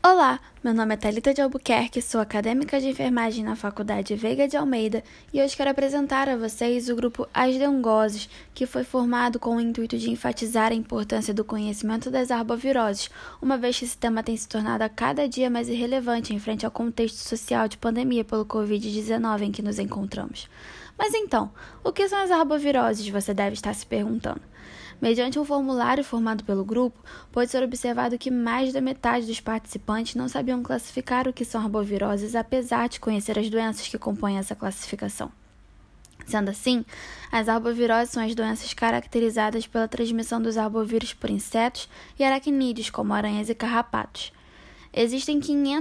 Olá, meu nome é Thalita de Albuquerque, sou acadêmica de enfermagem na Faculdade Veiga de Almeida e hoje quero apresentar a vocês o grupo As Dengoses, que foi formado com o intuito de enfatizar a importância do conhecimento das arboviroses, uma vez que esse tema tem se tornado a cada dia mais irrelevante em frente ao contexto social de pandemia pelo Covid-19 em que nos encontramos. Mas então, o que são as arboviroses, você deve estar se perguntando. Mediante um formulário formado pelo grupo, pode ser observado que mais da metade dos participantes não sabiam classificar o que são arboviroses, apesar de conhecer as doenças que compõem essa classificação. Sendo assim, as arboviroses são as doenças caracterizadas pela transmissão dos arbovírus por insetos e aracnídeos, como aranhas e carrapatos. Existem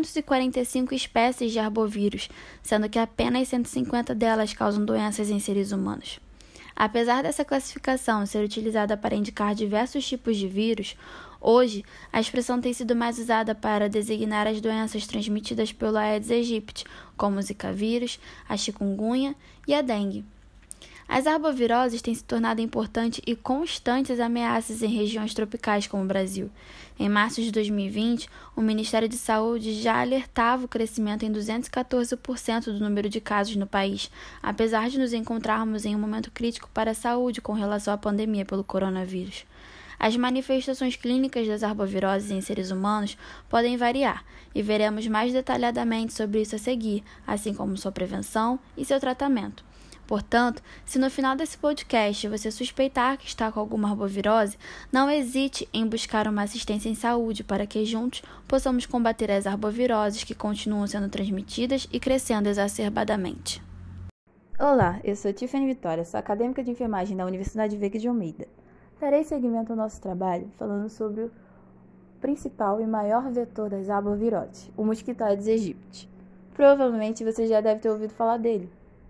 545 espécies de arbovírus, sendo que apenas 150 delas causam doenças em seres humanos. Apesar dessa classificação ser utilizada para indicar diversos tipos de vírus, hoje a expressão tem sido mais usada para designar as doenças transmitidas pelo Aedes aegypti, como o Zika vírus, a chikungunya e a dengue. As arboviroses têm se tornado importantes e constantes ameaças em regiões tropicais como o Brasil. Em março de 2020, o Ministério de Saúde já alertava o crescimento em 214% do número de casos no país, apesar de nos encontrarmos em um momento crítico para a saúde com relação à pandemia pelo coronavírus. As manifestações clínicas das arboviroses em seres humanos podem variar, e veremos mais detalhadamente sobre isso a seguir, assim como sua prevenção e seu tratamento. Portanto, se no final desse podcast você suspeitar que está com alguma arbovirose, não hesite em buscar uma assistência em saúde para que juntos possamos combater as arboviroses que continuam sendo transmitidas e crescendo exacerbadamente. Olá, eu sou Tiffany Vitória, sou acadêmica de enfermagem da Universidade Veiga de Almeida. Darei seguimento ao nosso trabalho falando sobre o principal e maior vetor das arboviroses, o mosquito Aedes aegypti. Provavelmente você já deve ter ouvido falar dele.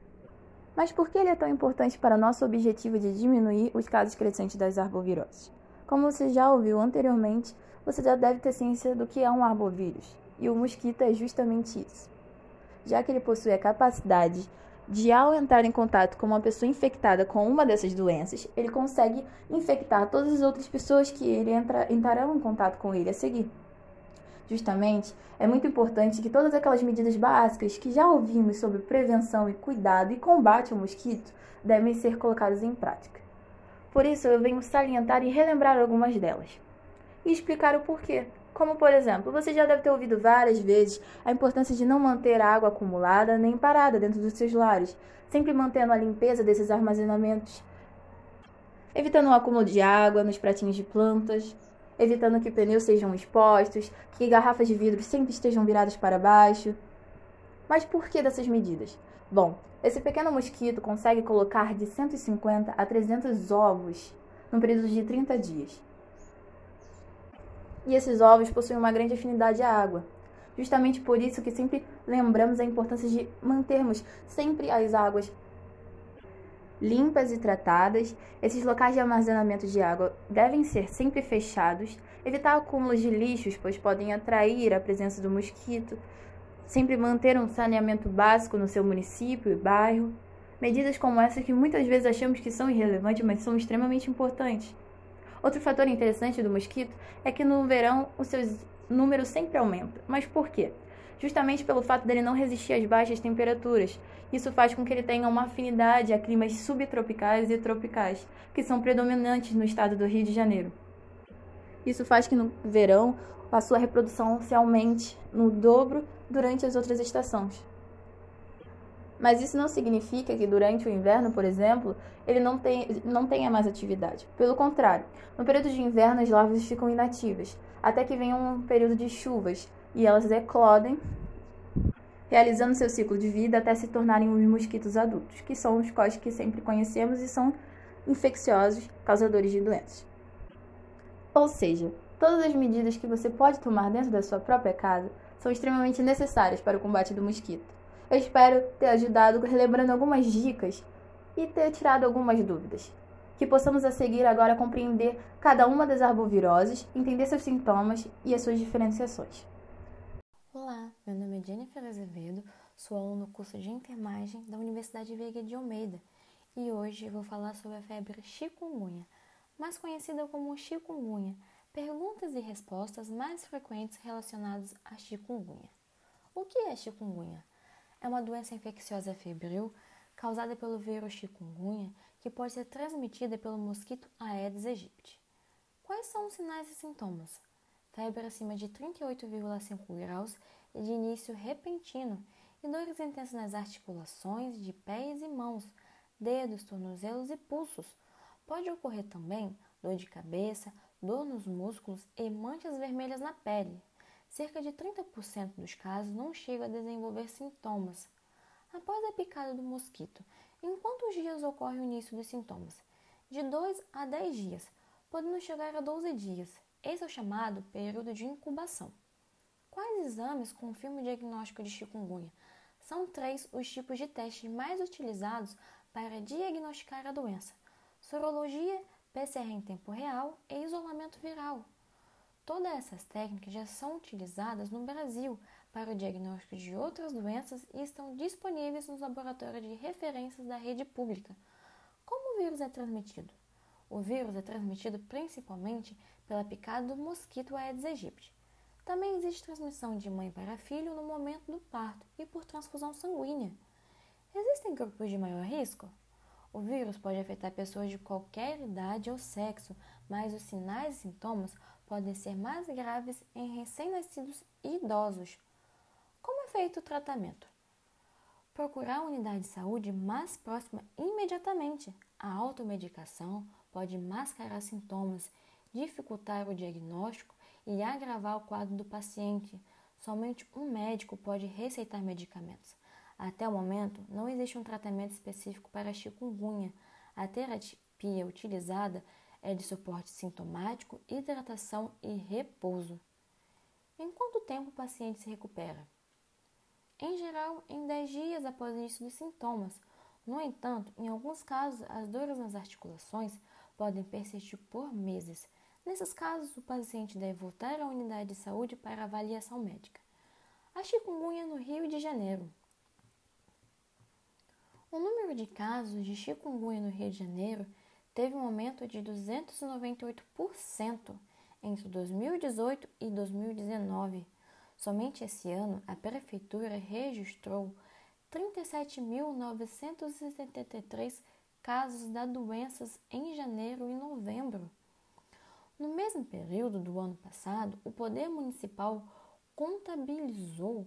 Mas por que ele é tão importante para nosso objetivo de diminuir os casos crescentes das arboviroses? Como você já ouviu anteriormente, você já deve ter ciência do que é um arbovírus, e o mosquito é justamente isso. Já que ele possui a capacidade de, ao entrar em contato com uma pessoa infectada com uma dessas doenças, ele consegue infectar todas as outras pessoas que entrarão em contato com ele a seguir. Justamente, é muito importante que todas aquelas medidas básicas que já ouvimos sobre prevenção e cuidado e combate ao mosquito devem ser colocadas em prática. Por isso, eu venho salientar e relembrar algumas delas. E explicar o porquê. Como, por exemplo, você já deve ter ouvido várias vezes a importância de não manter a água acumulada nem parada dentro dos seus lares, sempre mantendo a limpeza desses armazenamentos, evitando o acúmulo de água nos pratinhos de plantas, evitando que pneus sejam expostos, que garrafas de vidro sempre estejam viradas para baixo. Mas por que dessas medidas? Bom, esse pequeno mosquito consegue colocar de 150 a 300 ovos num período de 30 dias. E esses ovos possuem uma grande afinidade à água. Justamente por isso que sempre lembramos a importância de mantermos sempre as águas limpas e tratadas. Esses locais de armazenamento de água devem ser sempre fechados, evitar acúmulos de lixos, pois podem atrair a presença do mosquito, sempre manter um saneamento básico no seu município e bairro. Medidas como essa que muitas vezes achamos que são irrelevantes, mas são extremamente importantes. Outro fator interessante do mosquito é que no verão o seu número sempre aumenta. Mas por quê? Justamente pelo fato dele não resistir às baixas temperaturas. Isso faz com que ele tenha uma afinidade a climas subtropicais e tropicais, que são predominantes no estado do Rio de Janeiro. Isso faz que no verão a sua reprodução se aumente no dobro durante as outras estações. Mas isso não significa que durante o inverno, por exemplo, ele não tenha mais atividade. Pelo contrário, no período de inverno as larvas ficam inativas, até que venha um período de chuvas, e elas eclodem, realizando seu ciclo de vida até se tornarem os mosquitos adultos, que são os quais que sempre conhecemos e são infecciosos, causadores de doenças. Ou seja, todas as medidas que você pode tomar dentro da sua própria casa são extremamente necessárias para o combate do mosquito. Eu espero ter ajudado relembrando algumas dicas e ter tirado algumas dúvidas. Que possamos a seguir agora compreender cada uma das arboviroses, entender seus sintomas e as suas diferenciações. Olá, meu nome é Jennifer Azevedo, sou aluna do curso de enfermagem da Universidade Veiga de Almeida e hoje eu vou falar sobre a febre chikungunya, mais conhecida como chikungunya, Perguntas e respostas mais frequentes relacionadas à chikungunya. O que é chikungunya? É uma doença infecciosa febril causada pelo vírus chikungunya que pode ser transmitida pelo mosquito Aedes aegypti. Quais são os sinais e sintomas? Febre acima de 38,5 graus e de início repentino e dores intensas nas articulações de pés e mãos, dedos, tornozelos e pulsos. Pode ocorrer também dor de cabeça, dor nos músculos e manchas vermelhas na pele. Cerca de 30% dos casos não chegam a desenvolver sintomas. Após a picada do mosquito, em quantos dias ocorre o início dos sintomas? De 2 a 10 dias, podendo chegar a 12 dias. Esse é o chamado período de incubação. Quais exames confirmam o diagnóstico de chikungunya? São 3 os tipos de testes mais utilizados para diagnosticar a doença: sorologia, PCR em tempo real e isolamento viral. Todas essas técnicas já são utilizadas no Brasil para o diagnóstico de outras doenças e estão disponíveis nos laboratórios de referências da rede pública. Como o vírus é transmitido? O vírus é transmitido principalmente pela picada do mosquito Aedes aegypti. Também existe transmissão de mãe para filho no momento do parto e por transfusão sanguínea. Existem grupos de maior risco? O vírus pode afetar pessoas de qualquer idade ou sexo, mas os sinais e sintomas podem ser mais graves em recém-nascidos e idosos. Como é feito o tratamento? Procurar a unidade de saúde mais próxima imediatamente. A automedicação pode mascarar sintomas, dificultar o diagnóstico e agravar o quadro do paciente. Somente um médico pode receitar medicamentos. Até o momento, não existe um tratamento específico para a chikungunya. A terapia utilizada é de suporte sintomático, hidratação e repouso. Em quanto tempo o paciente se recupera? Em geral, em 10 dias após o início dos sintomas. No entanto, em alguns casos, as dores nas articulações podem persistir por meses. Nesses casos, o paciente deve voltar à unidade de saúde para avaliação médica. A chikungunya no Rio de Janeiro. O número de casos de chikungunya no Rio de Janeiro teve um aumento de 298% entre 2018 e 2019. Somente esse ano, a prefeitura registrou 37.973 casos da doença em janeiro e novembro. No mesmo período do ano passado, o Poder Municipal contabilizou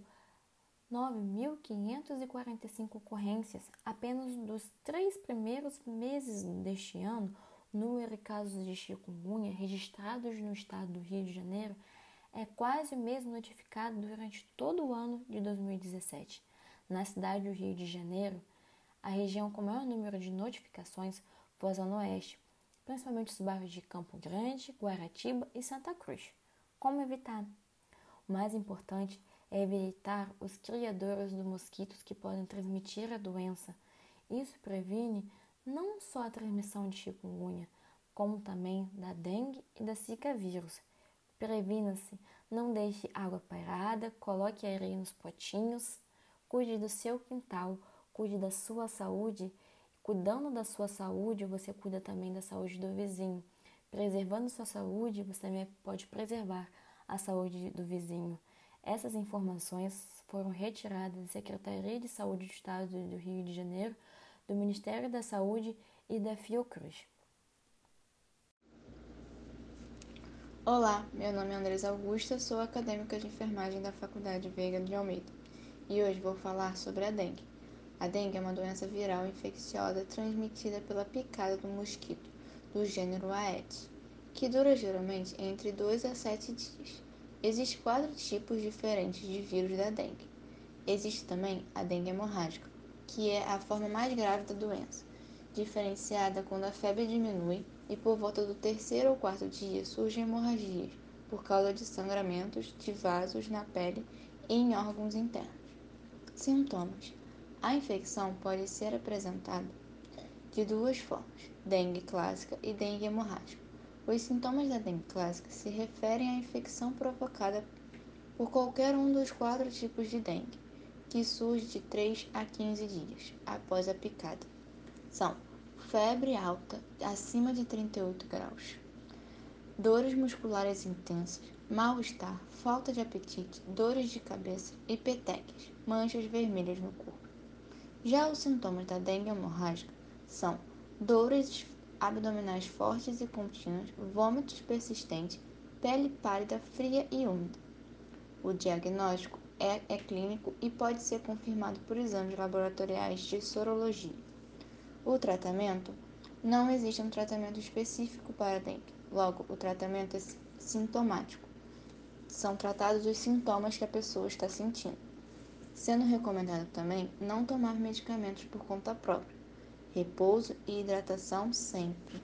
9.545 ocorrências. Apenas dos 3 primeiros meses deste ano, o número de casos de chikungunya registrados no estado do Rio de Janeiro é quase o mesmo notificado durante todo o ano de 2017. Na cidade do Rio de Janeiro, a região com maior número de notificações foi a Zona Oeste, principalmente os bairros de Campo Grande, Guaratiba e Santa Cruz. Como evitar? O mais importante é evitar os criadores de mosquitos que podem transmitir a doença. Isso previne não só a transmissão de chikungunya, como também da dengue e da zika vírus. Previna-se, não deixe água parada, coloque areia nos potinhos, cuide do seu quintal, cuide da sua saúde. Cuidando da sua saúde, você cuida também da saúde do vizinho. Preservando sua saúde, você também pode preservar a saúde do vizinho. Essas informações foram retiradas da Secretaria de Saúde do Estado do Rio de Janeiro, do Ministério da Saúde e da Fiocruz. Olá, meu nome é Andresa Augusta, sou acadêmica de enfermagem da Faculdade Veiga de Almeida e hoje vou falar sobre a dengue. A dengue é uma doença viral infecciosa transmitida pela picada do mosquito do gênero Aedes, que dura geralmente entre 2 a 7 dias. Existem 4 tipos diferentes de vírus da dengue. Existe também a dengue hemorrágica, que é a forma mais grave da doença, diferenciada quando a febre diminui e por volta do 3º ou 4º dia surgem hemorragias por causa de sangramentos de vasos na pele e em órgãos internos. Sintomas: a infecção pode ser apresentada de 2 formas, dengue clássica e dengue hemorrágica. Os sintomas da dengue clássica se referem à infecção provocada por qualquer um dos 4 tipos de dengue, que surge de 3 a 15 dias após a picada. São febre alta acima de 38 graus, dores musculares intensas, mal-estar, falta de apetite, dores de cabeça e petequias, manchas vermelhas no corpo. Já os sintomas da dengue hemorrágica são dores abdominais fortes e contínuas, vômitos persistentes, pele pálida, fria e úmida. O diagnóstico é clínico e pode ser confirmado por exames laboratoriais de sorologia. O tratamento: não existe um tratamento específico para a dengue, logo, o tratamento é sintomático. São tratados os sintomas que a pessoa está sentindo. Sendo recomendado também não tomar medicamentos por conta própria. Repouso e hidratação sempre.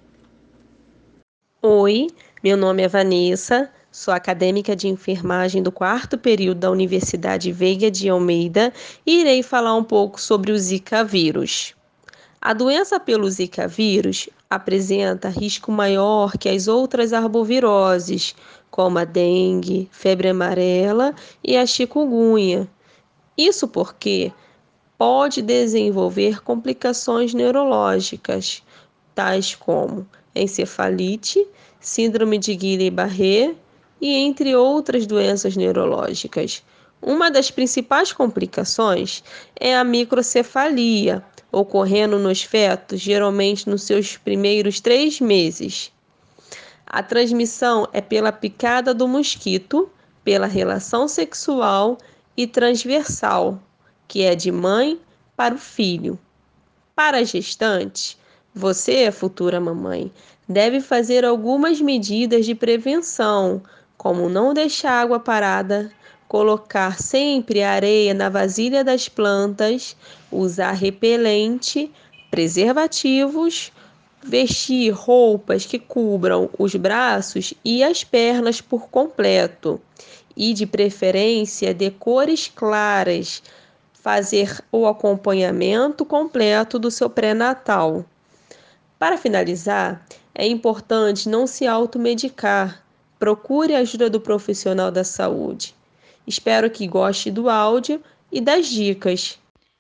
Oi, meu nome é Vanessa, sou acadêmica de enfermagem do 4º período da Universidade Veiga de Almeida e irei falar um pouco sobre o Zika vírus. A doença pelo Zika vírus apresenta risco maior que as outras arboviroses, como a dengue, febre amarela e a chikungunya. Isso porque pode desenvolver complicações neurológicas, tais como encefalite, síndrome de Guillain-Barré e entre outras doenças neurológicas. Uma das principais complicações é a microcefalia, ocorrendo nos fetos, geralmente nos seus primeiros 3 meses. A transmissão é pela picada do mosquito, pela relação sexual e transversal, que é de mãe para o filho. Para a gestante, você, futura mamãe, deve fazer algumas medidas de prevenção, como não deixar água parada, colocar sempre a areia na vasilha das plantas, usar repelente, preservativos, vestir roupas que cubram os braços e as pernas por completo e, de preferência, de cores claras. Fazer o acompanhamento completo do seu pré-natal. Para finalizar, é importante não se automedicar. Procure a ajuda do profissional da saúde. Espero que goste do áudio e das dicas.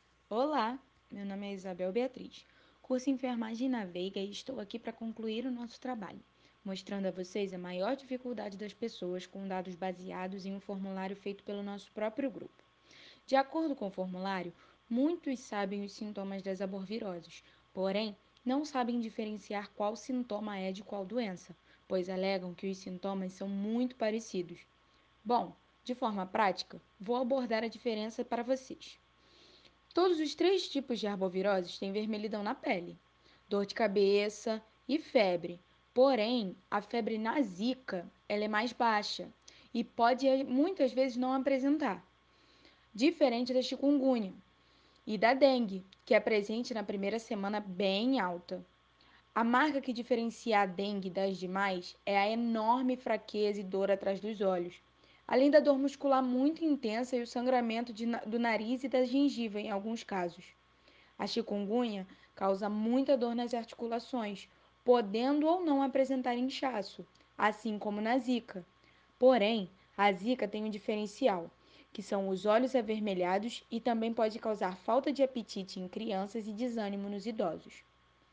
Olá, meu nome é Isabel Beatriz, curso Enfermagem na Veiga e estou aqui para concluir o nosso trabalho, mostrando a vocês a maior dificuldade das pessoas com dados baseados em um formulário feito pelo nosso próprio grupo. De acordo com o formulário, muitos sabem os sintomas das arboviroses, porém, não sabem diferenciar qual sintoma é de qual doença, pois alegam que os sintomas são muito parecidos. Bom, de forma prática, vou abordar a diferença para vocês. Todos os 3 tipos de arboviroses têm vermelhidão na pele, dor de cabeça e febre. Porém, a febre na Zika ela é mais baixa e pode muitas vezes não apresentar, diferente da chikungunya e da dengue, que é presente na primeira semana bem alta. A marca que diferencia a dengue das demais é a enorme fraqueza e dor atrás dos olhos, além da dor muscular muito intensa e o sangramento do nariz e da gengiva em alguns casos. A chikungunya causa muita dor nas articulações, podendo ou não apresentar inchaço, assim como na Zika. Porém, a Zika tem um diferencial, que são os olhos avermelhados e também pode causar falta de apetite em crianças e desânimo nos idosos.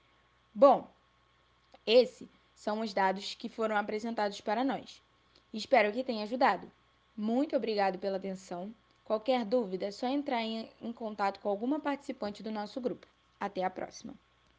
Bom, esses são os dados que foram apresentados para nós. Espero que tenha ajudado. Muito obrigado pela atenção. Qualquer dúvida é só entrar em contato com alguma participante do nosso grupo. Até a próxima!